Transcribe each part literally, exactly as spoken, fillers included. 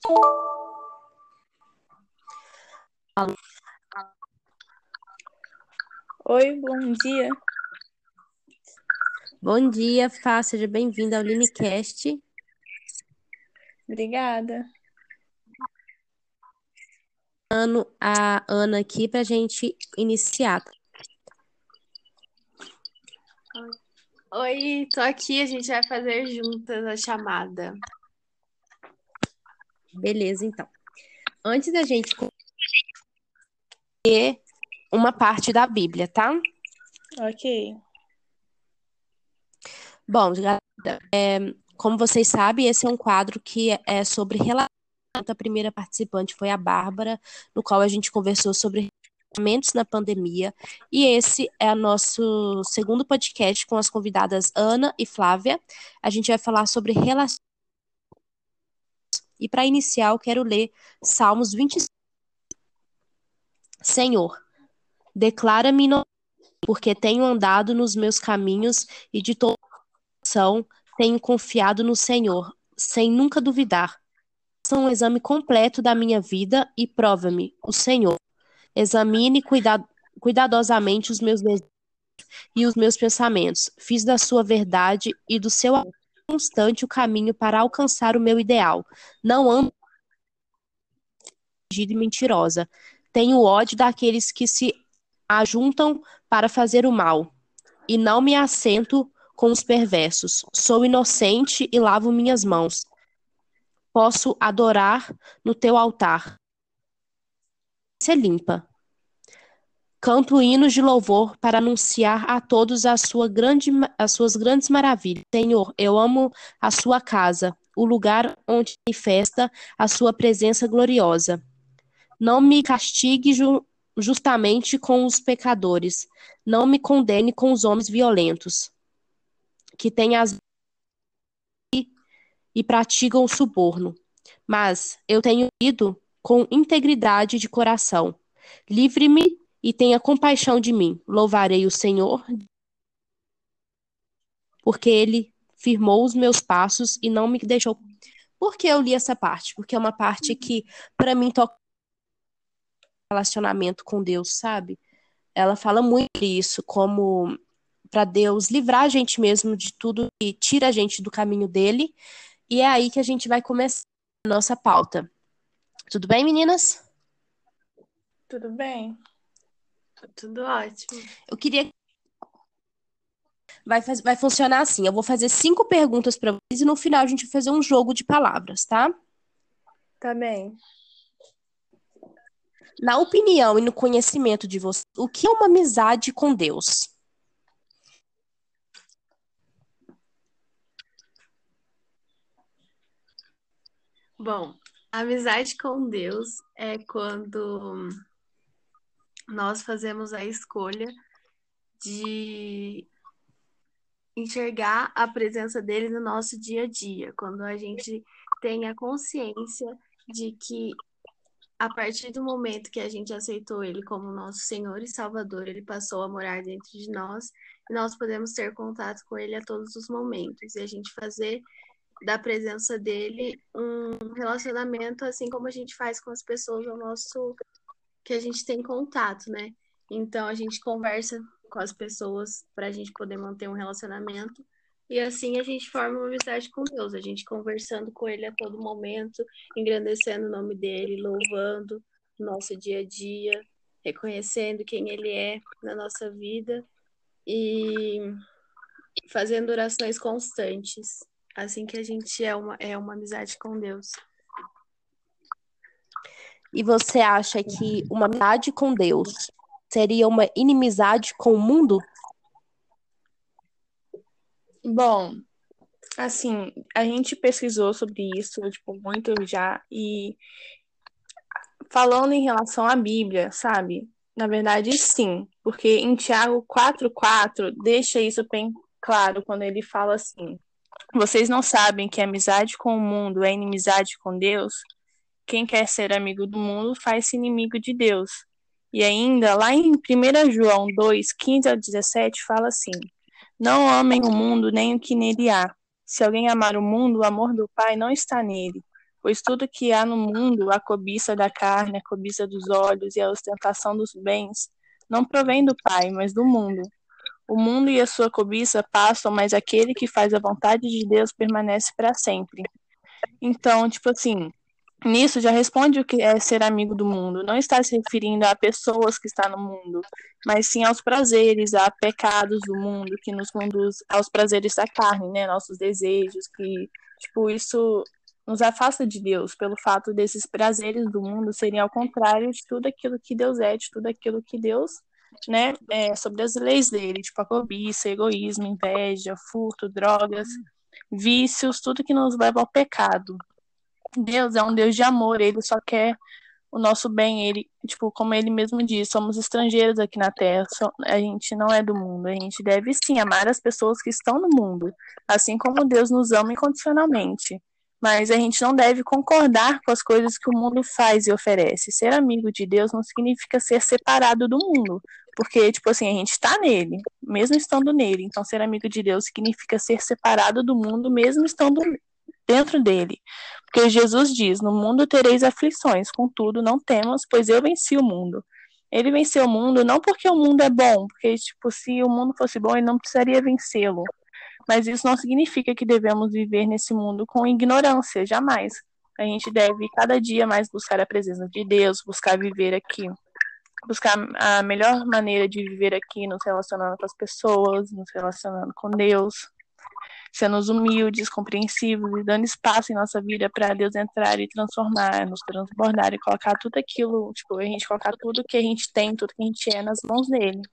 Oi, bom dia. Bom dia, Fá, seja bem-vinda ao LineCast. Obrigada. Ano a Ana aqui para a gente iniciar. Oi, tô aqui, a gente vai fazer juntas a chamada. Beleza, então. Antes da gente ler uma parte da Bíblia, tá? Ok. Bom, galera, é, como vocês sabem, esse é um quadro que é sobre relacionamento. A primeira participante foi a Bárbara, no qual a gente conversou sobre relacionamentos na pandemia. E esse é o nosso segundo podcast com as convidadas Ana e Flávia. A gente vai falar sobre relacionamentos. E para iniciar, eu quero ler Salmos vinte e cinco. Senhor, declara-me inocente, porque tenho andado nos meus caminhos e de todo coração tenho confiado no Senhor, sem nunca duvidar. Faça um exame completo da minha vida e prova-me, o Senhor. Examine cuida- cuidadosamente os meus desejos e os meus pensamentos. Fiz da sua verdade e do seu amor constante o caminho para alcançar o meu ideal. Não ando e mentirosa. Tenho ódio daqueles que se ajuntam para fazer o mal, e não me assento com os perversos. Sou inocente e lavo minhas mãos. Posso adorar no teu altar. Ser limpa. Canto hinos de louvor para anunciar a todos a sua grande, as suas grandes maravilhas. Senhor, eu amo a sua casa, o lugar onde manifesta a sua presença gloriosa. Não me castigue ju- justamente com os pecadores. Não me condene com os homens violentos, que têm as e praticam o suborno. Mas eu tenho ido com integridade de coração. Livre-me e tenha compaixão de mim. Louvarei o Senhor, porque ele firmou os meus passos e não me deixou. Por que eu li essa parte? Porque é uma parte que, para mim, toca relacionamento com Deus, sabe? Ela fala muito isso, como para Deus livrar a gente mesmo de tudo e tira a gente do caminho dele. E é aí que a gente vai começar a nossa pauta. Tudo bem, meninas? Tudo bem? Tudo ótimo. Eu queria. Vai, faz... vai funcionar assim: eu vou fazer cinco perguntas para vocês e no final a gente vai fazer um jogo de palavras, tá? Tá bem. Na opinião e no conhecimento de vocês, o que é uma amizade com Deus? Bom, amizade com Deus é quando nós fazemos a escolha de enxergar a presença dele no nosso dia a dia, quando a gente tem a consciência de que a partir do momento que a gente aceitou ele como nosso Senhor e Salvador, ele passou a morar dentro de nós e nós podemos ter contato com ele a todos os momentos e a gente fazer da presença dele um relacionamento assim como a gente faz com as pessoas ao nosso que a gente tem contato, né? Então a gente conversa com as pessoas para a gente poder manter um relacionamento e assim a gente forma uma amizade com Deus, a gente conversando com ele a todo momento, engrandecendo o nome dele, louvando o nosso dia a dia, reconhecendo quem ele é na nossa vida e fazendo orações constantes. Assim que a gente é uma, é uma amizade com Deus. E você acha que uma amizade com Deus seria uma inimizade com o mundo? Bom, assim, a gente pesquisou sobre isso, tipo, muito já, e falando em relação à Bíblia, sabe? Na verdade, sim, porque em Tiago quatro quatro deixa isso bem claro quando ele fala assim: vocês não sabem que amizade com o mundo é inimizade com Deus? Quem quer ser amigo do mundo faz-se inimigo de Deus. E ainda, lá em primeiro João dois quinze ao dezessete, fala assim: não amem o mundo nem o que nele há. Se alguém amar o mundo, o amor do Pai não está nele. Pois tudo que há no mundo, a cobiça da carne, a cobiça dos olhos e a ostentação dos bens, não provém do Pai, mas do mundo. O mundo e a sua cobiça passam, mas aquele que faz a vontade de Deus permanece para sempre. Então, tipo assim, nisso já responde o que é ser amigo do mundo. Não está se referindo a pessoas que estão no mundo, mas sim aos prazeres, a pecados do mundo que nos conduz aos prazeres da carne, né? Nossos desejos, que, tipo, isso nos afasta de Deus, pelo fato desses prazeres do mundo serem ao contrário de tudo aquilo que Deus é, de tudo aquilo que Deus, né, é, sobre as leis dele, tipo a cobiça, egoísmo, inveja, furto, drogas, vícios, tudo que nos leva ao pecado. Deus é um Deus de amor, ele só quer o nosso bem, ele, tipo, como ele mesmo diz, somos estrangeiros aqui na Terra, a gente não é do mundo, a gente deve sim amar as pessoas que estão no mundo, assim como Deus nos ama incondicionalmente. Mas a gente não deve concordar com as coisas que o mundo faz e oferece. Ser amigo de Deus não significa ser separado do mundo, porque, tipo assim, a gente está nele, mesmo estando nele. Então, ser amigo de Deus significa ser separado do mundo, mesmo estando dentro dele. Porque Jesus diz: no mundo tereis aflições, contudo não temas, pois eu venci o mundo. Ele venceu o mundo não porque o mundo é bom, porque tipo, se o mundo fosse bom, ele não precisaria vencê-lo. Mas isso não significa que devemos viver nesse mundo com ignorância, jamais. A gente deve cada dia mais buscar a presença de Deus, buscar viver aqui, buscar a melhor maneira de viver aqui, nos relacionando com as pessoas, nos relacionando com Deus, sendo humildes, compreensivos e dando espaço em nossa vida para Deus entrar e transformar, nos transbordar e colocar tudo aquilo, tipo, a gente colocar tudo que a gente tem, tudo que a gente é nas mãos dele.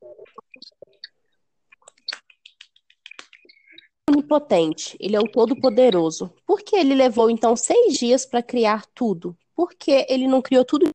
Onipotente, ele é o Todo-Poderoso. Por que ele levou então seis dias para criar tudo? Por que ele não criou tudo?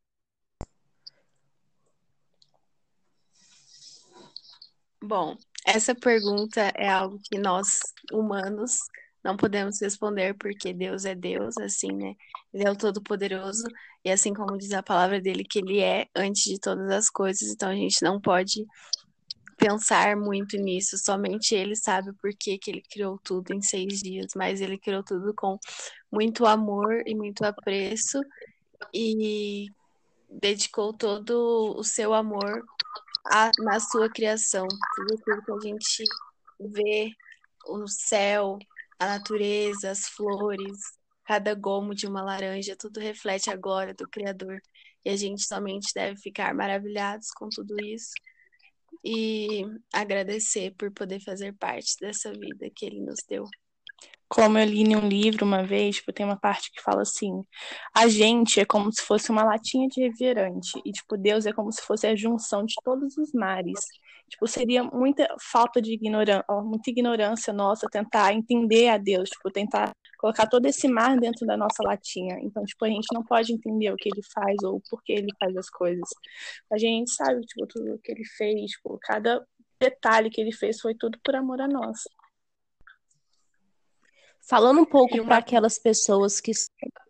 Bom, essa pergunta é algo que nós, humanos, não podemos responder, porque Deus é Deus, assim, né? Ele é o Todo-Poderoso, e assim como diz a palavra dele, que ele é antes de todas as coisas, então a gente não pode pensar muito nisso, somente ele sabe por que que ele criou tudo em seis dias, mas ele criou tudo com muito amor e muito apreço, e dedicou todo o seu amor a, na sua criação, tudo aquilo que a gente vê, o céu, a natureza, as flores, cada gomo de uma laranja, tudo reflete a glória do Criador. E a gente somente deve ficar maravilhados com tudo isso e agradecer por poder fazer parte dessa vida que Ele nos deu. Como eu li em um livro uma vez, tipo, tem uma parte que fala assim: a gente é como se fosse uma latinha de refrigerante, e tipo, Deus é como se fosse a junção de todos os mares. Tipo, seria muita falta de ignorância, muita ignorância nossa tentar entender a Deus, tipo, tentar colocar todo esse mar dentro da nossa latinha. Então, tipo, a gente não pode entender o que ele faz ou por que ele faz as coisas. A gente sabe, tipo, tudo o que ele fez, tipo, cada detalhe que ele fez foi tudo por amor a nós. Falando um pouco E uma- para aquelas pessoas que,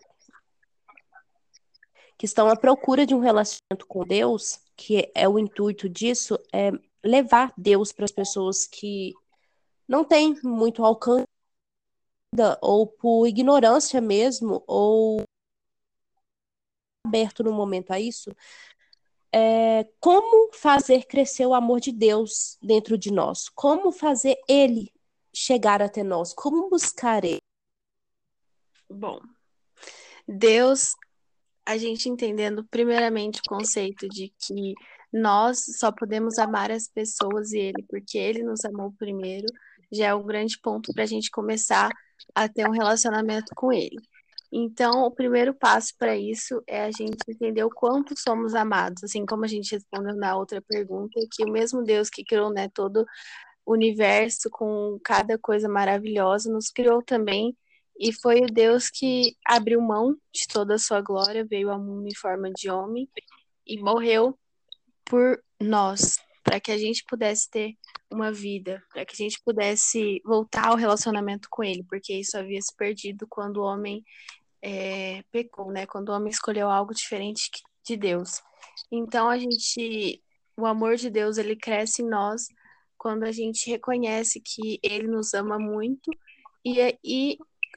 que estão à procura de um relacionamento com Deus, que é o intuito disso, é levar Deus para as pessoas que não têm muito alcance, ou por ignorância mesmo, ou aberto no momento a isso, é, como fazer crescer o amor de Deus dentro de nós? Como fazer Ele chegar até nós? Como buscar Ele? Bom, Deus, a gente entendendo primeiramente o conceito de que nós só podemos amar as pessoas e Ele, porque Ele nos amou primeiro, já é um grande ponto para a gente começar a ter um relacionamento com Ele. Então, o primeiro passo para isso é a gente entender o quanto somos amados, assim como a gente respondeu na outra pergunta, que o mesmo Deus que criou, né, todo o universo com cada coisa maravilhosa, nos criou também, e foi o Deus que abriu mão de toda a sua glória, veio ao mundo em forma de homem e morreu por nós, para que a gente pudesse ter uma vida, para que a gente pudesse voltar ao relacionamento com Ele, porque isso havia se perdido quando o homem é, pecou, né? Quando o homem escolheu algo diferente de Deus. Então a gente, o amor de Deus, ele cresce em nós quando a gente reconhece que Ele nos ama muito e, e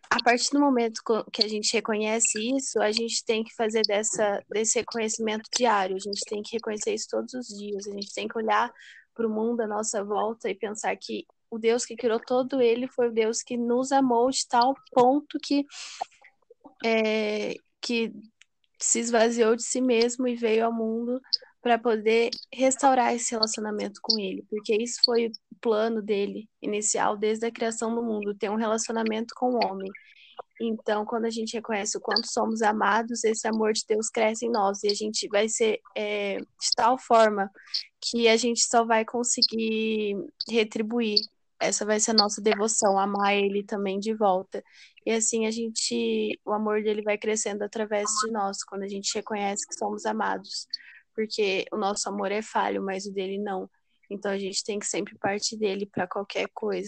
a partir do momento co- que a gente reconhece isso, a gente tem que fazer dessa, desse reconhecimento diário, a gente tem que reconhecer isso todos os dias, a gente tem que olhar para o mundo à nossa volta e pensar que o Deus que criou todo ele foi o Deus que nos amou de tal ponto que, é, que se esvaziou de si mesmo e veio ao mundo para poder restaurar esse relacionamento com ele, porque isso foi o plano dele inicial desde a criação do mundo, ter um relacionamento com o homem. Então, quando a gente reconhece o quanto somos amados, esse amor de Deus cresce em nós e a gente vai ser é, de tal forma que a gente só vai conseguir retribuir. Essa vai ser a nossa devoção, amar ele também de volta. E assim a gente, o amor dele vai crescendo através de nós, quando a gente reconhece que somos amados. Porque o nosso amor é falho, mas o dele não. Então a gente tem que sempre partir dele para qualquer coisa.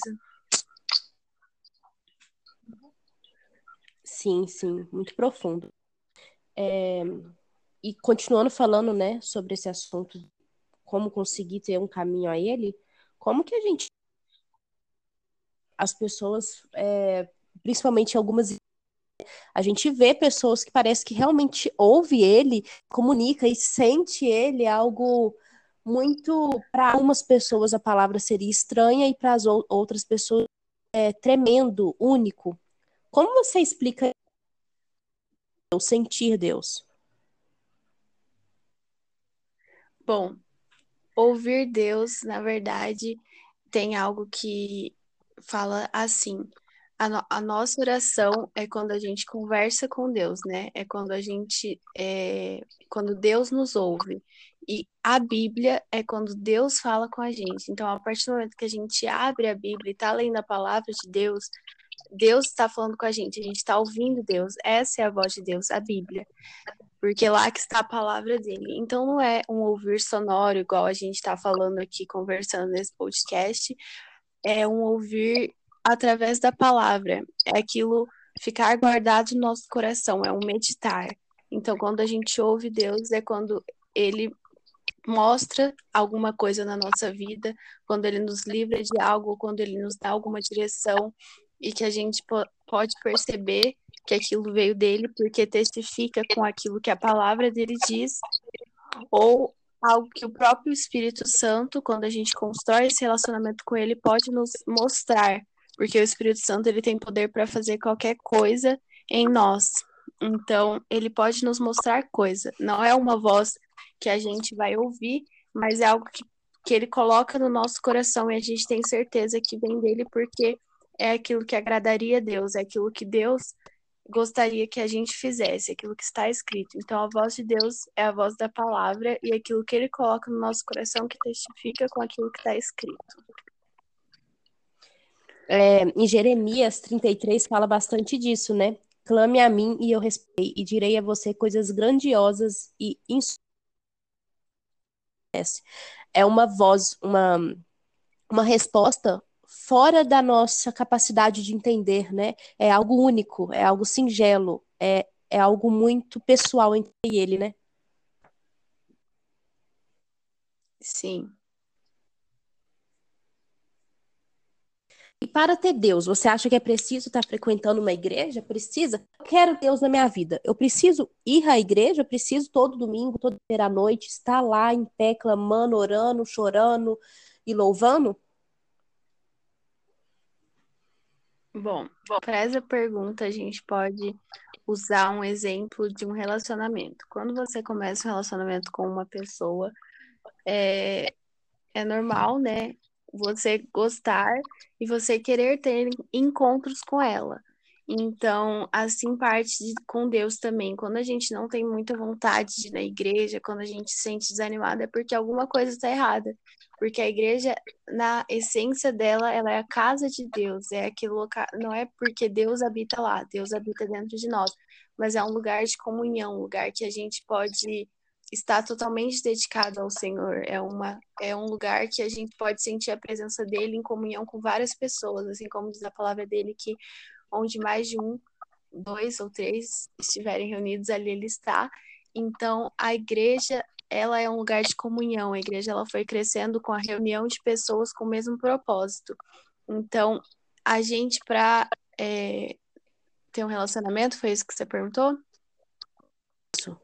Sim, sim, muito profundo. É, e continuando falando, né, sobre esse assunto, como conseguir ter um caminho a ele, como que a gente, as pessoas, é, principalmente algumas, a gente vê pessoas que parece que realmente ouve ele, comunica e sente ele algo muito, para algumas pessoas a palavra seria estranha e para as outras pessoas é tremendo, único. Como você explica o sentir Deus? Bom, ouvir Deus, na verdade, tem algo que fala assim: a, no- a nossa oração é quando a gente conversa com Deus, né? É quando a gente, é, quando Deus nos ouve. E a Bíblia é quando Deus fala com a gente. Então, a partir do momento que a gente abre a Bíblia e está lendo a palavra de Deus, Deus está falando com a gente, a gente está ouvindo Deus. Essa é a voz de Deus, a Bíblia, porque lá que está a palavra dele. Então não é um ouvir sonoro, igual a gente está falando aqui, conversando nesse podcast, é um ouvir através da palavra, é aquilo ficar guardado no nosso coração, é um meditar. Então quando a gente ouve Deus, é quando ele mostra alguma coisa na nossa vida, quando ele nos livra de algo, quando ele nos dá alguma direção e que a gente po- pode perceber que aquilo veio dele porque testifica com aquilo que a palavra dele diz, ou algo que o próprio Espírito Santo, quando a gente constrói esse relacionamento com ele, pode nos mostrar, porque o Espírito Santo ele tem poder para fazer qualquer coisa em nós. Então, ele pode nos mostrar coisa. Não é uma voz que a gente vai ouvir, mas é algo que, que ele coloca no nosso coração e a gente tem certeza que vem dele porque é aquilo que agradaria a Deus, é aquilo que Deus gostaria que a gente fizesse, aquilo que está escrito. Então, a voz de Deus é a voz da palavra e aquilo que ele coloca no nosso coração que testifica com aquilo que está escrito. É, em Jeremias trinta e três fala bastante disso, né? Clame a mim e eu responderei, e direi a você coisas grandiosas e insólitas. É uma voz, uma, uma resposta fora da nossa capacidade de entender, né? É algo único, é algo singelo, é, é algo muito pessoal entre ele, né? Sim. E para ter Deus, você acha que é preciso estar frequentando uma igreja? Precisa? Eu quero Deus na minha vida. Eu preciso ir à igreja? Eu preciso todo domingo, toda à noite, estar lá em pé, clamando, orando, chorando e louvando? Bom, para essa pergunta, a gente pode usar um exemplo de um relacionamento. Quando você começa um relacionamento com uma pessoa, é, é normal, né? Você gostar e você querer ter encontros com ela. Então, assim parte de- com Deus também. Quando a gente não tem muita vontade de ir na igreja, quando a gente se sente desanimada, é porque alguma coisa está errada. Porque a igreja, na essência dela, ela é a casa de Deus. É aquele local, não é porque Deus habita lá, Deus habita dentro de nós, mas é um lugar de comunhão, um lugar que a gente pode está totalmente dedicado ao Senhor. É uma é um lugar que a gente pode sentir a presença dele em comunhão com várias pessoas, assim como diz a palavra dele que onde mais de um, dois ou três estiverem reunidos ali ele está. Então, a igreja ela é um lugar de comunhão. A igreja ela foi crescendo com a reunião de pessoas com o mesmo propósito. Então, a gente para é, ter um relacionamento? Foi isso que você perguntou? Isso.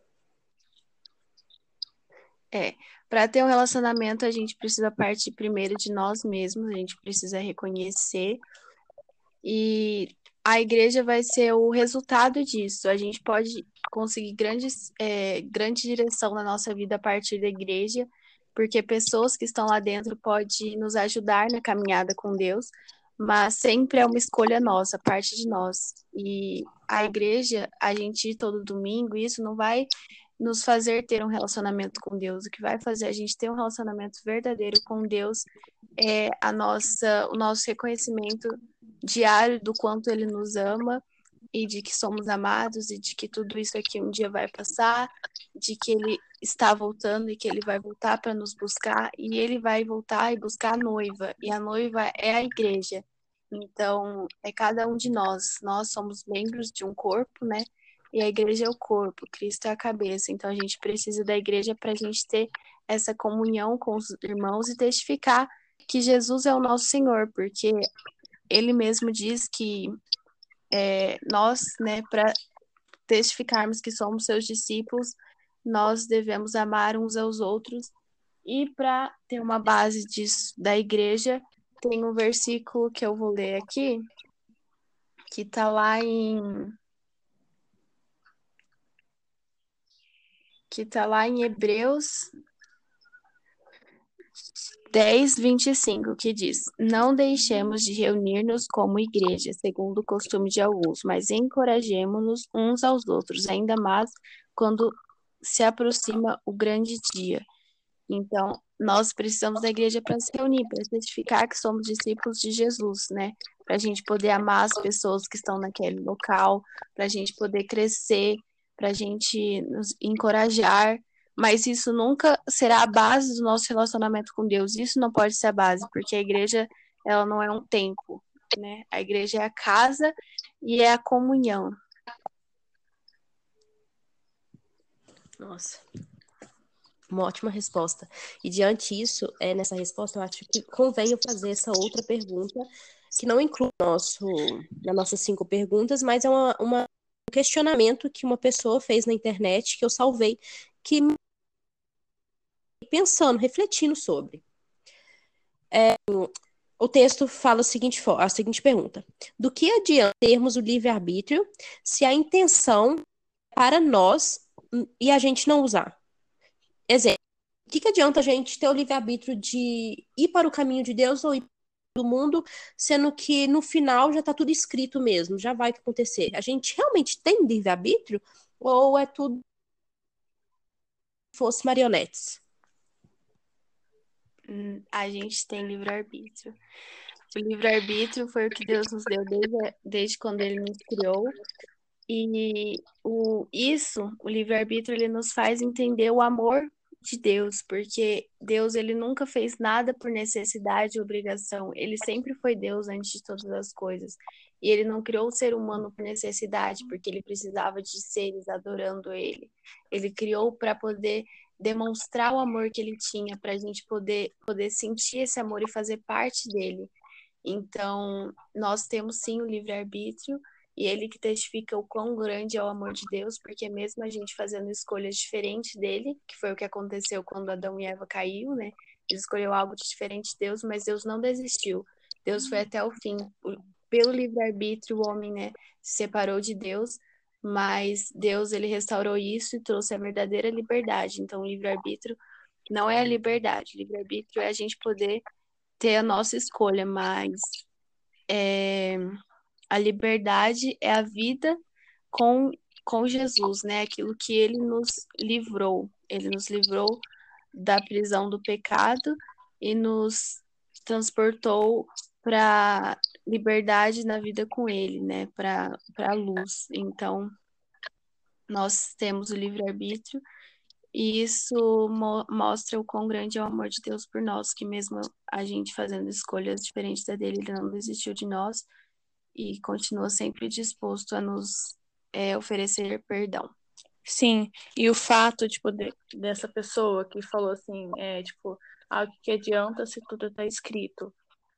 É, para ter um relacionamento, a gente precisa partir primeiro de nós mesmos, a gente precisa reconhecer, e a igreja vai ser o resultado disso. A gente pode conseguir grandes, é, grande direção na nossa vida a partir da igreja, porque pessoas que estão lá dentro podem nos ajudar na caminhada com Deus, mas sempre é uma escolha nossa, parte de nós. E a igreja, a gente ir todo domingo, isso não vai nos fazer ter um relacionamento com Deus. O que vai fazer a gente ter um relacionamento verdadeiro com Deus é a nossa, o nosso reconhecimento diário do quanto Ele nos ama e de que somos amados e de que tudo isso aqui um dia vai passar, de que Ele está voltando e que Ele vai voltar para nos buscar, e Ele vai voltar e buscar a noiva, e a noiva é a igreja. Então, é cada um de nós. Nós somos membros de um corpo, né? E a igreja é o corpo, Cristo é a cabeça. Então, a gente precisa da igreja para a gente ter essa comunhão com os irmãos e testificar que Jesus é o nosso Senhor, porque Ele mesmo diz que é, nós, né, para testificarmos que somos seus discípulos, nós devemos amar uns aos outros. E para ter uma base disso da igreja, tem um versículo que eu vou ler aqui, que está lá em que tá lá em Hebreus dez, vinte e cinco, que diz: Não deixemos de reunir-nos como igreja, segundo o costume de alguns, mas encorajemo-nos uns aos outros, ainda mais quando se aproxima o grande dia. Então, nós precisamos da igreja para se reunir, para testificar que somos discípulos de Jesus, né? Para a gente poder amar as pessoas que estão naquele local, para a gente poder crescer, para a gente nos encorajar. Mas isso nunca será a base do nosso relacionamento com Deus. Isso não pode ser a base, porque a igreja, ela não é um templo, né? A igreja é a casa e é a comunhão. Nossa, uma ótima resposta. E diante disso, é, nessa resposta, eu acho que convém eu fazer essa outra pergunta, que não inclui nosso, nas nossas cinco perguntas, mas é uma, uma, um questionamento que uma pessoa fez na internet, que eu salvei, que me pensando, refletindo sobre. É, o texto fala a seguinte, a seguinte pergunta: do que adianta termos o livre-arbítrio se a intenção é para nós e a gente não usar? Exemplo, o que, que adianta a gente ter o livre-arbítrio de ir para o caminho de Deus ou ir do mundo, sendo que no final já está tudo escrito mesmo, já vai acontecer? A gente realmente tem livre-arbítrio ou é tudo fosse marionetes? Hum, A gente tem livre-arbítrio. O livre-arbítrio foi o que Deus nos deu desde, desde quando Ele nos criou. E o, isso, o livre-arbítrio, ele nos faz entender o amor de Deus, porque Deus, ele nunca fez nada por necessidade ou obrigação. Ele sempre foi Deus antes de todas as coisas. E ele não criou o ser humano por necessidade, porque ele precisava de seres adorando ele. Ele criou para poder demonstrar o amor que ele tinha, para a gente poder, poder sentir esse amor e fazer parte dele. Então, nós temos sim o livre-arbítrio, e ele que testifica o quão grande é o amor de Deus, porque mesmo a gente fazendo escolhas diferentes dele, que foi o que aconteceu quando Adão e Eva caiu, né? Eles escolheu algo diferente de Deus, mas Deus não desistiu. Deus foi até o fim. Pelo livre-arbítrio, o homem, né, se separou de Deus, mas Deus, ele restaurou isso e trouxe a verdadeira liberdade. Então, o livre-arbítrio não é a liberdade. O livre-arbítrio é a gente poder ter a nossa escolha, mas é, a liberdade é a vida com, com Jesus, né? Aquilo que ele nos livrou. Ele nos livrou da prisão do pecado e nos transportou para liberdade na vida com ele, né? Para a luz. Então, nós temos o livre-arbítrio e isso mo mostra o quão grande é o amor de Deus por nós, que mesmo a gente fazendo escolhas diferentes da dele, ele não desistiu de nós e continua sempre disposto a nos é, oferecer perdão. Sim, e o fato, tipo, de- dessa pessoa que falou assim, é, tipo, ah, o que adianta se tudo tá escrito?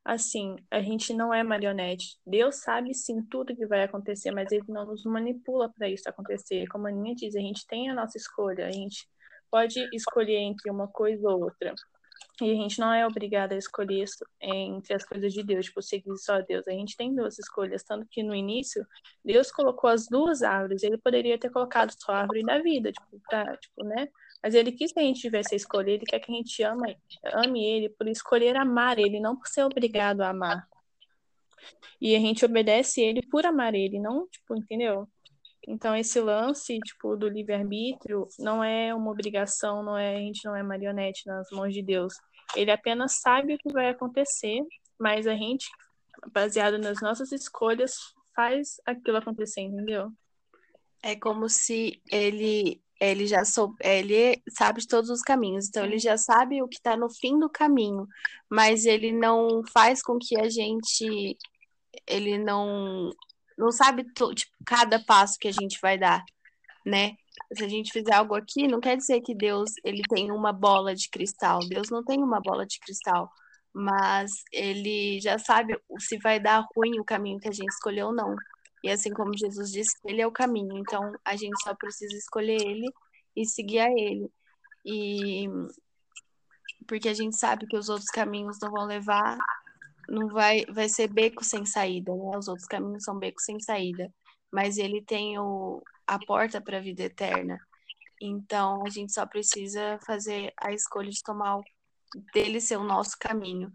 Assim, a gente não é marionete. Deus sabe sim tudo que vai acontecer, mas ele não nos manipula para isso acontecer. Como a Aninha diz, a gente tem a nossa escolha, a gente pode escolher entre uma coisa ou outra. E a gente não é obrigada a escolher isso entre as coisas de Deus, tipo, seguir só Deus. A gente tem duas escolhas, tanto que no início, Deus colocou as duas árvores. Ele poderia ter colocado só a árvore da vida, tipo, pra, tipo, né? Mas ele quis que a gente tivesse a escolha. Ele quer que a gente ame, ame ele por escolher amar ele, não por ser obrigado a amar. E a gente obedece ele por amar ele, não, tipo, entendeu? Então, esse lance, tipo, do livre-arbítrio não é uma obrigação, não é, a gente não é marionete nas mãos de Deus. Ele apenas sabe o que vai acontecer, mas a gente, baseado nas nossas escolhas, faz aquilo acontecer, entendeu? É como se ele ele já sou, ele sabe de todos os caminhos, então ele já sabe o que está no fim do caminho, mas ele não faz com que a gente, ele não não sabe to- tipo, cada passo que a gente vai dar, né? Se a gente fizer algo aqui, não quer dizer que Deus ele tem uma bola de cristal. Deus não tem uma bola de cristal, mas ele já sabe se vai dar ruim o caminho que a gente escolheu ou não. E assim como Jesus disse, ele é o caminho. Então a gente só precisa escolher ele e seguir a ele. E porque a gente sabe que os outros caminhos não vão levar, não vai, vai ser beco sem saída, né? Os outros caminhos são becos sem saída, mas ele tem o, a porta para a vida eterna. Então, a gente só precisa fazer a escolha de tomar o dele ser o nosso caminho.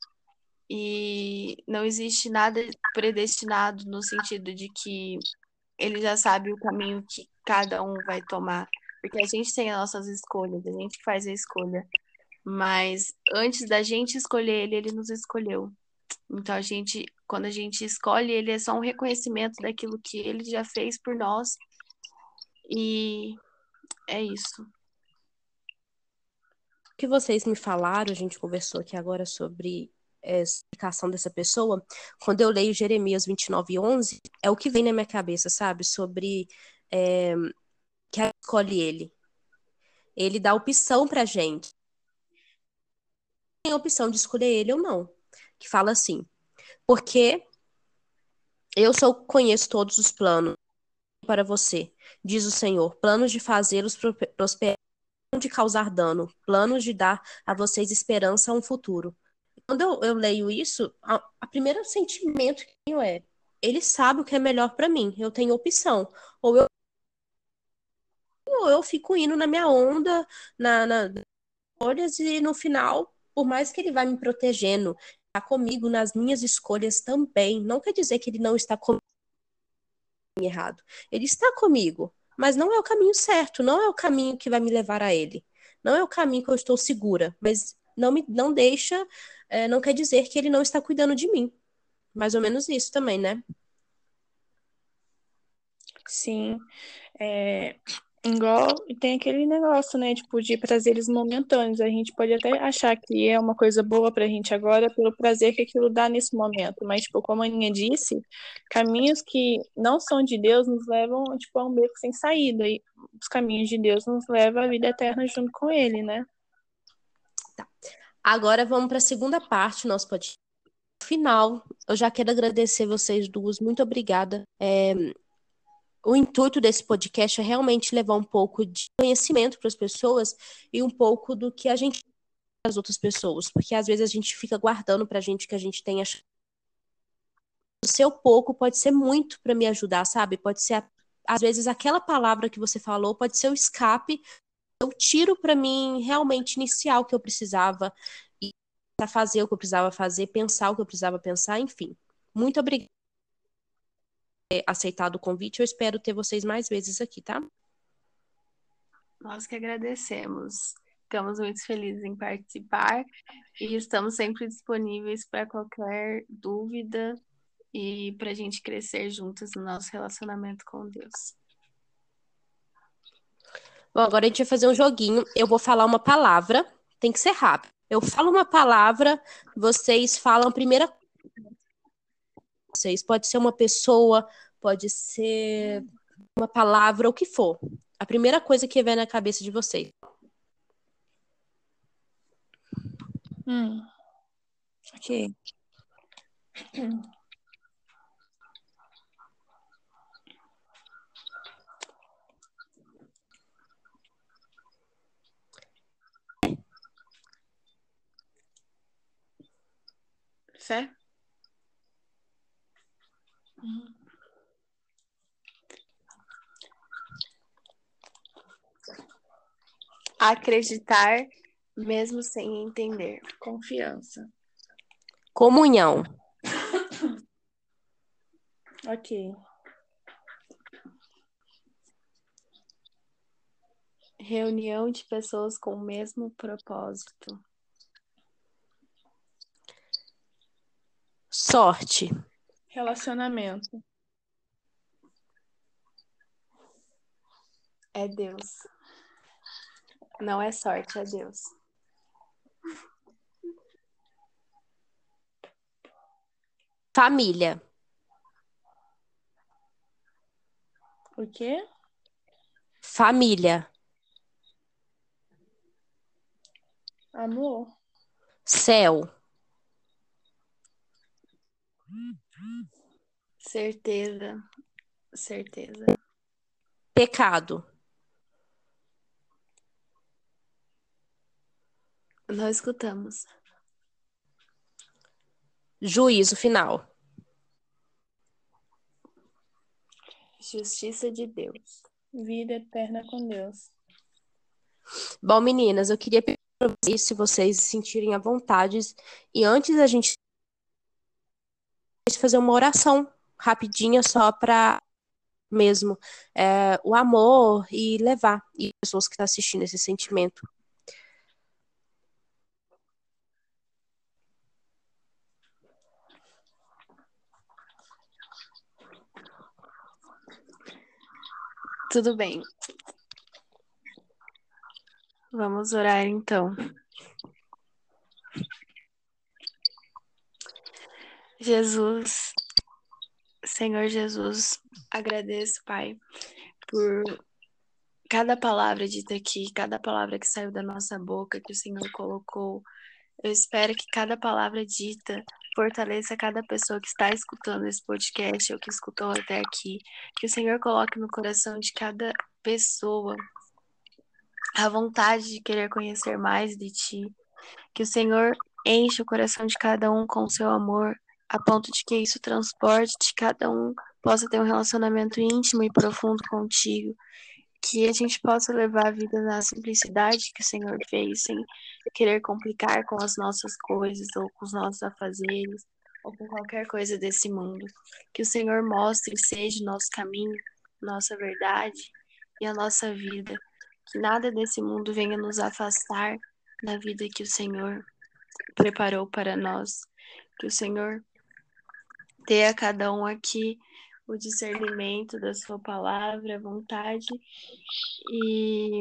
E não existe nada predestinado no sentido de que ele já sabe o caminho que cada um vai tomar. Porque a gente tem as nossas escolhas, a gente faz a escolha. Mas antes da gente escolher ele, ele nos escolheu. Então, a gente, quando a gente escolhe, ele é só um reconhecimento daquilo que ele já fez por nós. E é isso. O que vocês me falaram, a gente conversou aqui agora sobre é, a explicação dessa pessoa. Quando eu leio Jeremias vinte e nove, onze, é o que vem na minha cabeça, sabe? Sobre é, que a escolhe ele. Ele dá opção pra gente. Tem a opção de escolher ele ou não. Que fala assim, porque eu só conheço todos os planos para você, diz o Senhor, planos de fazê-los prosperar, de causar dano, planos de dar a vocês esperança a um futuro. Quando eu, eu leio isso, a, a primeiro sentimento que eu tenho é, ele sabe o que é melhor para mim, eu tenho opção, ou eu, ou eu fico indo na minha onda, na, na olhas e no final, por mais que ele vá me protegendo, está comigo nas minhas escolhas também, não quer dizer que ele não está comigo errado. Ele está comigo, mas não é o caminho certo, não é o caminho que vai me levar a ele. Não é o caminho que eu estou segura, mas não me não deixa, é, não quer dizer que ele não está cuidando de mim. Mais ou menos isso também, né? Sim. É, igual tem aquele negócio, né? Tipo, de prazeres momentâneos. A gente pode até achar que é uma coisa boa pra gente agora pelo prazer que aquilo dá nesse momento. Mas, tipo, como a Aninha disse, caminhos que não são de Deus nos levam, tipo, a um beco sem saída. E os caminhos de Deus nos levam à vida eterna junto com ele, né? Agora vamos para a segunda parte do nosso podcast. No final, eu já quero agradecer vocês duas, muito obrigada. É, o intuito desse podcast é realmente levar um pouco de conhecimento para as pessoas e um pouco do que a gente as outras pessoas, porque às vezes a gente fica guardando pra gente que a gente tem achado. O seu pouco pode ser muito para me ajudar, sabe? Pode ser às vezes aquela palavra que você falou pode ser o escape, eu tiro para mim realmente iniciar o que eu precisava e para fazer o que eu precisava fazer, pensar o que eu precisava pensar, enfim. Muito obrigada por ter aceitado o convite. Eu espero ter vocês mais vezes aqui, tá? Nós que agradecemos. Ficamos muito felizes em participar e estamos sempre disponíveis para qualquer dúvida e para a gente crescer juntos no nosso relacionamento com Deus. Bom, agora a gente vai fazer um joguinho. Eu vou falar uma palavra, tem que ser rápido. Eu falo uma palavra, vocês falam a primeira coisa. Vocês pode ser uma pessoa, pode ser uma palavra, o que for. A primeira coisa que vem na cabeça de vocês. Hum, ok. Fé? Acreditar mesmo sem entender. Confiança. Comunhão. Ok. Reunião de pessoas com o mesmo propósito. Sorte. Relacionamento. É Deus. Não é sorte, é Deus. Família. O quê? Família. Amor. Céu. Certeza. Certeza. Pecado. Não escutamos. Juízo final. Justiça de Deus. Vida eterna com Deus. Bom, meninas, eu queria pedir para vocês, se vocês se sentirem à vontade, e antes da gente fazer uma oração rapidinha só para mesmo é, o amor e levar e as pessoas que estão assistindo esse sentimento. Tudo bem. Vamos orar então. Jesus, Senhor Jesus, agradeço, Pai, por cada palavra dita aqui, cada palavra que saiu da nossa boca, que o Senhor colocou. Eu espero que cada palavra dita fortaleça cada pessoa que está escutando esse podcast ou que escutou até aqui. Que o Senhor coloque no coração de cada pessoa a vontade de querer conhecer mais de Ti. Que o Senhor enche o coração de cada um com o seu amor, a ponto de que isso transporte de cada um possa ter um relacionamento íntimo e profundo contigo. Que a gente possa levar a vida na simplicidade que o Senhor fez, sem querer complicar com as nossas coisas, ou com os nossos afazeres, ou com qualquer coisa desse mundo. Que o Senhor mostre e seja o nosso caminho, nossa verdade e a nossa vida. Que nada desse mundo venha nos afastar da vida que o Senhor preparou para nós. Que o Senhor dê a cada um aqui o discernimento da sua palavra, a vontade, e,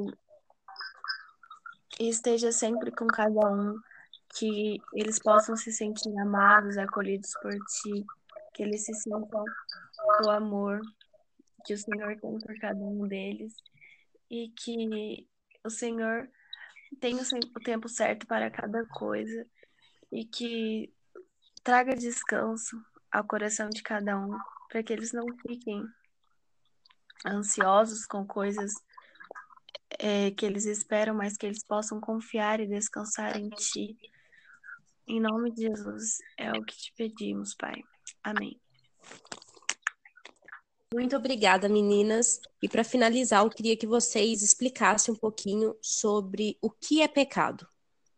e esteja sempre com cada um, que eles possam se sentir amados, acolhidos por Ti, que eles se sintam o amor que o Senhor tem por cada um deles, e que o Senhor tenha o tempo certo para cada coisa, e que traga descanso ao coração de cada um, para que eles não fiquem ansiosos com coisas é, que eles esperam, mas que eles possam confiar e descansar em Ti. Em nome de Jesus, é o que te pedimos, Pai. Amém. Muito obrigada, meninas. E para finalizar, eu queria que vocês explicassem um pouquinho sobre o que é pecado.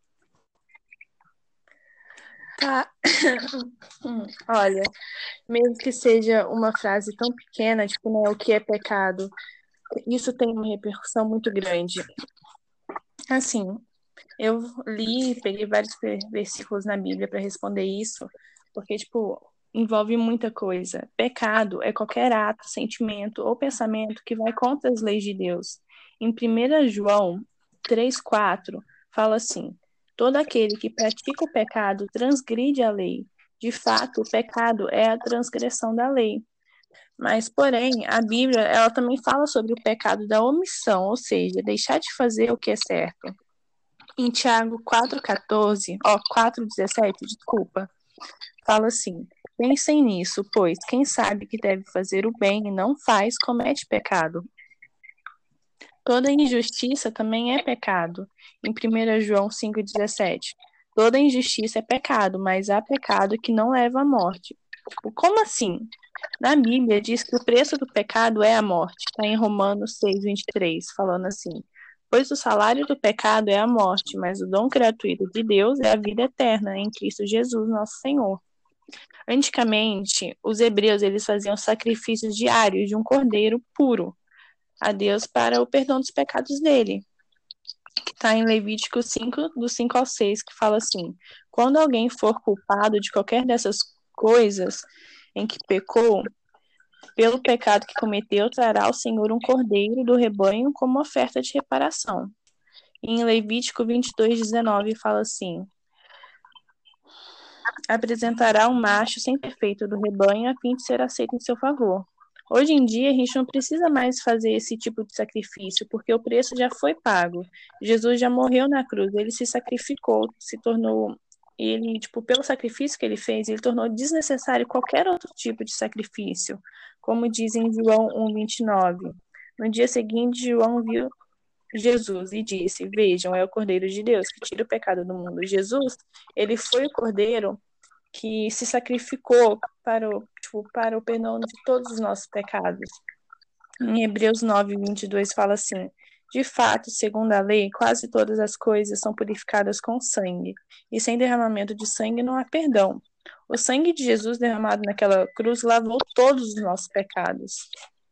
Tá. Olha, mesmo que seja uma frase tão pequena, tipo, né, o que é pecado, isso tem uma repercussão muito grande. Assim, eu li, peguei vários versículos na Bíblia para responder isso, porque, tipo, envolve muita coisa. Pecado é qualquer ato, sentimento ou pensamento que vai contra as leis de Deus. Em primeira João três, quatro, fala assim: todo aquele que pratica o pecado transgride a lei. De fato, o pecado é a transgressão da lei. Mas, porém, a Bíblia, ela também fala sobre o pecado da omissão, ou seja, deixar de fazer o que é certo. Em Tiago quatro, quatorze, ó, quatro, dezessete, desculpa, fala assim: Pensem nisso, pois quem sabe que deve fazer o bem e não faz, comete pecado. Toda injustiça também é pecado. Em primeira João cinco dezessete. Toda injustiça é pecado, mas há pecado que não leva à morte. Tipo, como assim? Na Bíblia diz que o preço do pecado é a morte. Está em Romanos seis, vinte e três, falando assim. Pois o salário do pecado é a morte, mas o dom gratuito de Deus é a vida eterna em Cristo Jesus, nosso Senhor. Antigamente, os hebreus eles faziam sacrifícios diários de um cordeiro puro a Deus para o perdão dos pecados dele. Que está em Levítico cinco, do cinco ao seis, que fala assim: quando alguém for culpado de qualquer dessas coisas em que pecou, pelo pecado que cometeu, trará ao Senhor um cordeiro do rebanho como oferta de reparação. E em Levítico vinte e dois, dezenove, fala assim: apresentará um macho sem defeito do rebanho a fim de ser aceito em seu favor. Hoje em dia, a gente não precisa mais fazer esse tipo de sacrifício, porque o preço já foi pago. Jesus já morreu na cruz, ele se sacrificou, se tornou, ele, tipo, pelo sacrifício que ele fez, ele tornou desnecessário qualquer outro tipo de sacrifício, como diz em João um, vinte e nove. No dia seguinte, João viu Jesus e disse: vejam, é o Cordeiro de Deus que tira o pecado do mundo. Jesus, ele foi o Cordeiro que se sacrificou para o, tipo, para o perdão de todos os nossos pecados. Em Hebreus nove, vinte e dois fala assim: de fato, segundo a lei, quase todas as coisas são purificadas com sangue, e sem derramamento de sangue não há perdão. O sangue de Jesus derramado naquela cruz lavou todos os nossos pecados.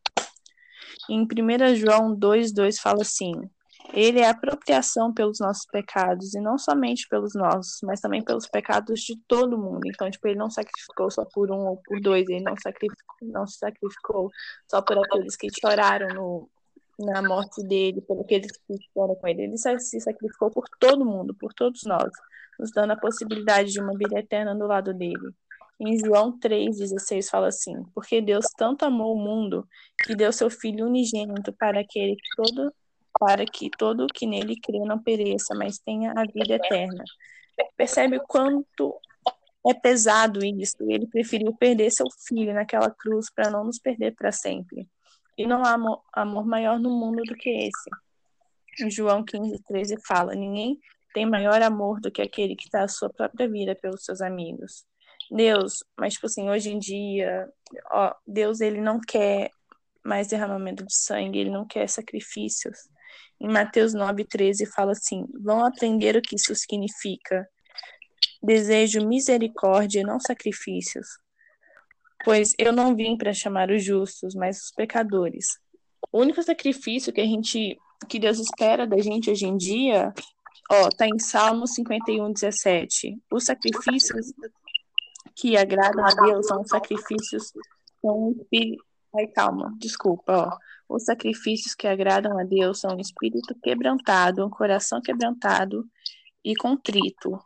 Em primeira João dois, dois fala assim: ele é a apropriação pelos nossos pecados, e não somente pelos nossos, mas também pelos pecados de todo mundo. Então, tipo, ele não sacrificou só por um ou por dois, ele não sacrificou, não se sacrificou só por aqueles que choraram no, na morte dele, por aqueles que choraram com ele. Ele se sacrificou por todo mundo, por todos nós, nos dando a possibilidade de uma vida eterna do lado dele. Em João três, dezesseis fala assim: porque Deus tanto amou o mundo que deu seu Filho unigênito para aquele que todo para que todo o que nele crê não pereça, mas tenha a vida eterna. Percebe o quanto é pesado isso? Ele preferiu perder seu filho naquela cruz para não nos perder para sempre. E não há amor, amor maior no mundo do que esse. Em João quinze, treze fala: ninguém tem maior amor do que aquele que dá a sua própria vida pelos seus amigos. Deus, mas tipo assim, hoje em dia, ó, Deus ele não quer mais derramamento de sangue, ele não quer sacrifícios. Em Mateus nove, treze fala assim: vão aprender o que isso significa. Desejo misericórdia e não sacrifícios, pois eu não vim para chamar os justos, mas os pecadores. O único sacrifício que a gente, que Deus espera da gente hoje em dia, ó, tá em Salmo cinquenta e um, dezessete. Os sacrifícios que agradam a Deus são sacrifícios com espírito. Ai, calma, desculpa, ó. Os sacrifícios que agradam a Deus são um espírito quebrantado, um coração quebrantado e contrito.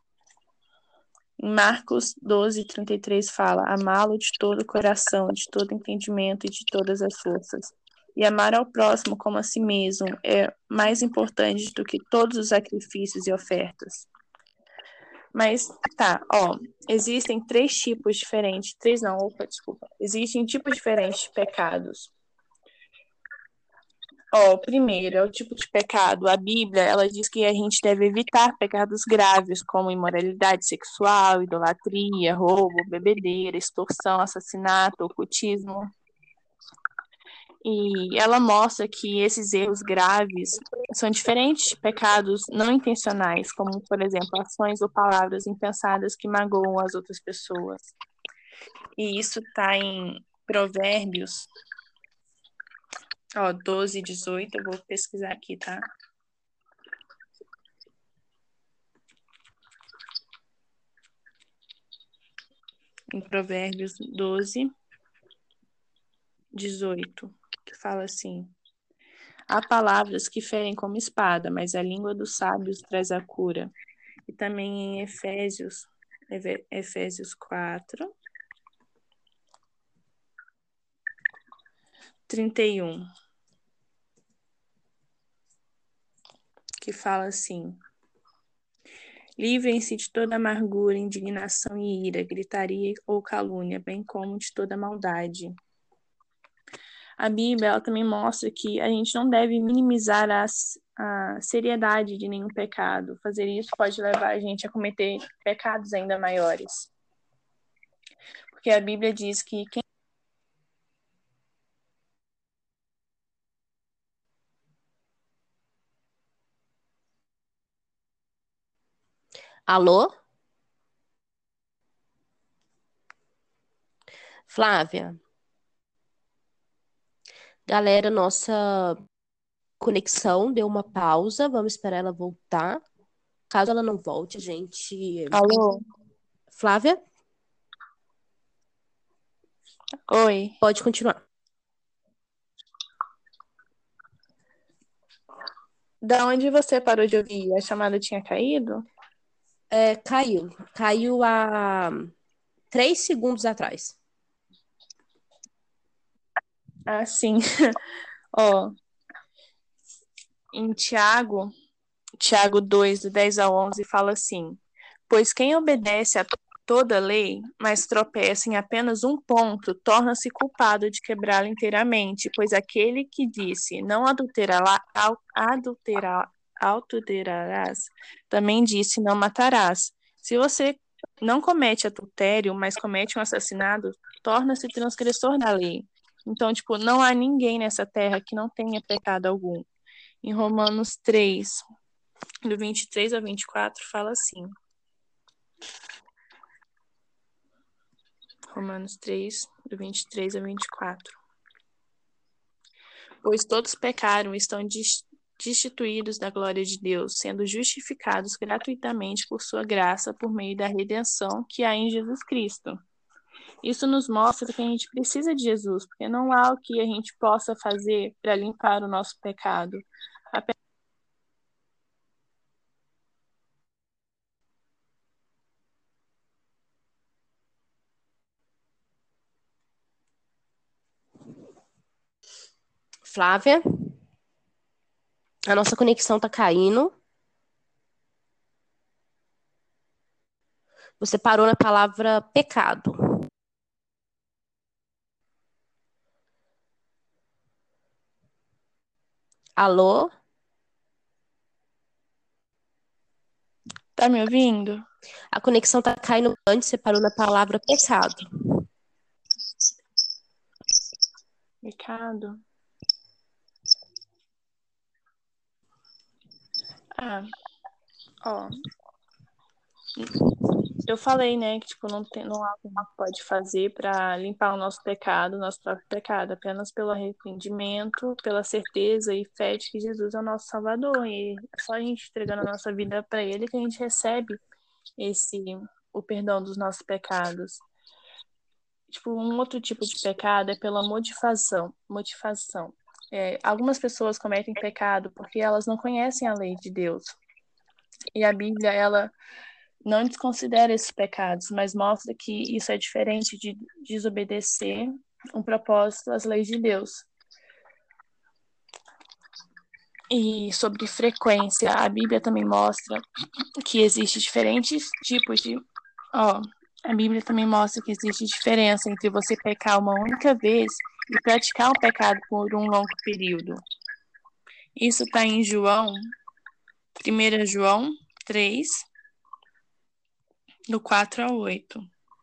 Em Marcos doze, trinta e três fala: amá-lo de todo o coração, de todo entendimento e de todas as forças. E amar ao próximo como a si mesmo é mais importante do que todos os sacrifícios e ofertas. Mas, tá, ó, existem três tipos diferentes, três não, opa, desculpa. Existem tipos diferentes de pecados. Ó, o primeiro é o tipo de pecado. A Bíblia, ela diz que a gente deve evitar pecados graves, como imoralidade sexual, idolatria, roubo, bebedeira, extorsão, assassinato, ocultismo. E ela mostra que esses erros graves são diferentes de pecados não intencionais, como, por exemplo, ações ou palavras impensadas que magoam as outras pessoas. E isso está em Provérbios, ó, doze, dezoito, eu vou pesquisar aqui, tá? Em Provérbios doze, dezoito, que fala assim: há palavras que ferem como espada, mas a língua dos sábios traz a cura. E também em Efésios, Efésios quatro, trinta e um, que fala assim: Livrem-se de toda amargura, indignação e ira, gritaria ou calúnia, bem como de toda maldade. A Bíblia ela também mostra que a gente não deve minimizar as, a seriedade de nenhum pecado. Fazer isso pode levar a gente a cometer pecados ainda maiores. Porque a Bíblia diz que quem Alô? Flávia? Galera, nossa conexão deu uma pausa. Vamos esperar ela voltar. Caso ela não volte, a gente. Alô? Flávia, Oi. pode continuar. Da onde você parou de ouvir? A chamada tinha caído? É, caiu. Caiu há três segundos atrás. Ah, sim. Ó, em Tiago, Tiago dois, do dez ao onze, fala assim: Pois quem obedece a toda lei, mas tropeça em apenas um ponto, torna-se culpado de quebrá-la inteiramente, pois aquele que disse, não adulterará, adulterará, adulterarás, também disse, não matarás. Se você não comete adultério, mas comete um assassinato, torna-se transgressor da lei. Então, tipo, não há ninguém nessa terra que não tenha pecado algum. Em Romanos três, do vinte e três ao vinte e quatro, fala assim. Romanos três, do vinte e três ao vinte e quatro. Pois todos pecaram e estão destituídos da glória de Deus, sendo justificados gratuitamente por sua graça, por meio da redenção que há em Jesus Cristo. Isso nos mostra que a gente precisa de Jesus, porque não há o que a gente possa fazer para limpar o nosso pecado. Flávia, a nossa conexão tá caindo. Você parou na palavra pecado. Alô? Tá me ouvindo? A conexão tá caindo antes, você parou na palavra pecado. Pecado? Ah, ó. Eu falei, né, que tipo, não, tem, não há o que a gente pode fazer para limpar o nosso pecado, o nosso próprio pecado, apenas pelo arrependimento, pela certeza e fé de que Jesus é o nosso Salvador. E é só a gente entregando a nossa vida para Ele que a gente recebe esse o perdão dos nossos pecados. Tipo, um outro tipo de pecado é pela motivação. Motivação. É, algumas pessoas cometem pecado porque elas não conhecem a lei de Deus. E a Bíblia, ela não desconsidera esses pecados, mas mostra que isso é diferente de desobedecer um propósito às leis de Deus. E sobre frequência, a Bíblia também mostra que existe diferentes tipos de... Ó, a Bíblia também mostra que existe diferença entre você pecar uma única vez e praticar um pecado por um longo período. Isso está em João, primeiro João três, do quatro ao oito,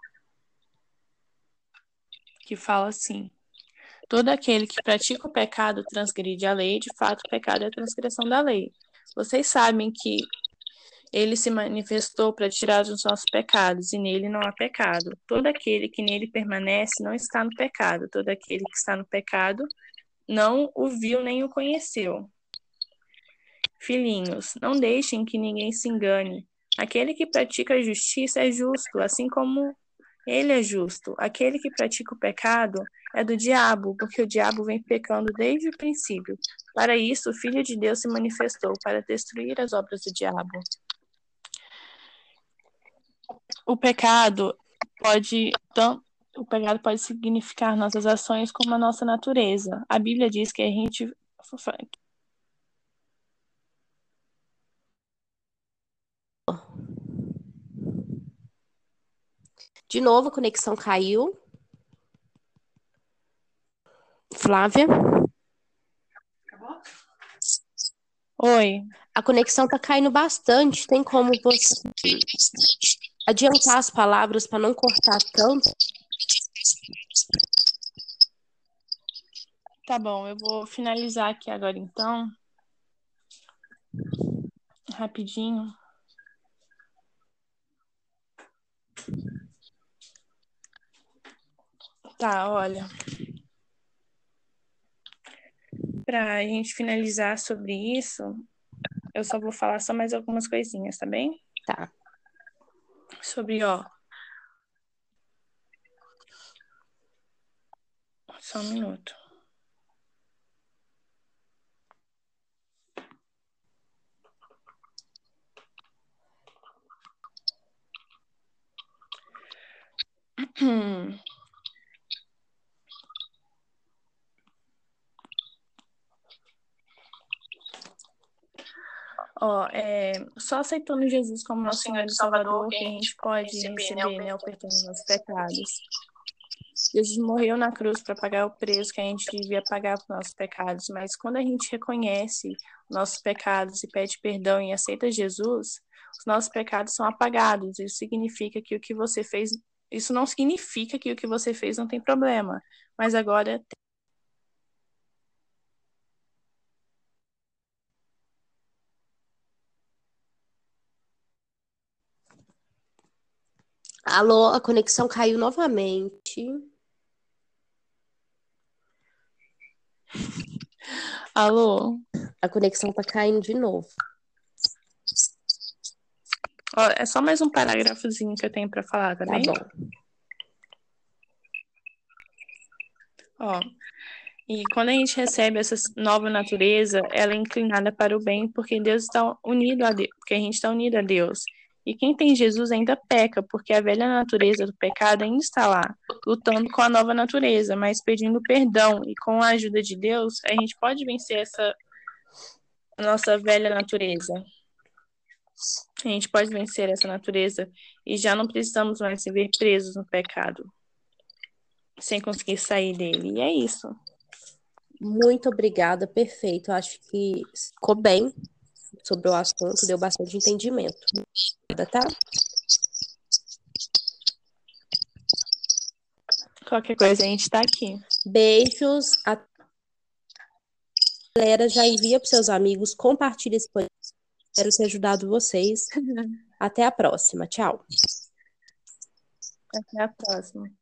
que fala assim: Todo aquele que pratica o pecado transgride a lei, de fato, o pecado é a transgressão da lei. Vocês sabem que ele se manifestou para tirar os nossos pecados, e nele não há pecado. Todo aquele que nele permanece não está no pecado. Todo aquele que está no pecado não o viu nem o conheceu. Filhinhos, não deixem que ninguém se engane. Aquele que pratica a justiça é justo, assim como ele é justo. Aquele que pratica o pecado é do diabo, porque o diabo vem pecando desde o princípio. Para isso, o Filho de Deus se manifestou, para destruir as obras do diabo. O pecado pode, o pecado pode significar nossas ações como a nossa natureza. A Bíblia diz que a gente De novo, a conexão caiu. Flávia, Oi. a conexão tá caindo bastante. Tem como você adiantar as palavras para não cortar tanto? Tá bom, eu vou finalizar aqui agora então. Rapidinho. Tá, olha. Pra gente finalizar sobre isso, eu só vou falar só mais algumas coisinhas, tá bem? Tá. Sobre, ó. Só um minuto. Hum. Ó, é, só aceitando Jesus como nosso Senhor e Salvador que a gente pode receber, né, o perdão dos nossos pecados. Jesus morreu na cruz para pagar o preço que a gente devia pagar por nossos pecados, mas quando a gente reconhece nossos pecados e pede perdão e aceita Jesus, os nossos pecados são apagados. Isso significa que o que você fez, isso não significa que o que você fez não tem problema, mas agora Alô, a conexão caiu novamente. Alô? A conexão tá caindo de novo. Ó, é só mais um parágrafozinho que eu tenho para falar, tá, Tá bem? bom. Ó, e quando a gente recebe essa nova natureza, ela é inclinada para o bem, porque Deus está unido a Deus, porque a gente está unido a Deus. E quem tem Jesus ainda peca, porque a velha natureza do pecado ainda está lá, lutando com a nova natureza, mas pedindo perdão. E com a ajuda de Deus, a gente pode vencer essa nossa velha natureza. A gente pode vencer essa natureza e já não precisamos mais viver presos no pecado, sem conseguir sair dele. E é isso. Muito obrigada, perfeito. Acho que ficou bem sobre o assunto, deu bastante entendimento. Tá? Qualquer coisa a gente tá aqui. Beijos. A galera já envia para seus amigos, compartilha esse podcast. Espero ter ajudado vocês. Até a próxima. Tchau. Até a próxima.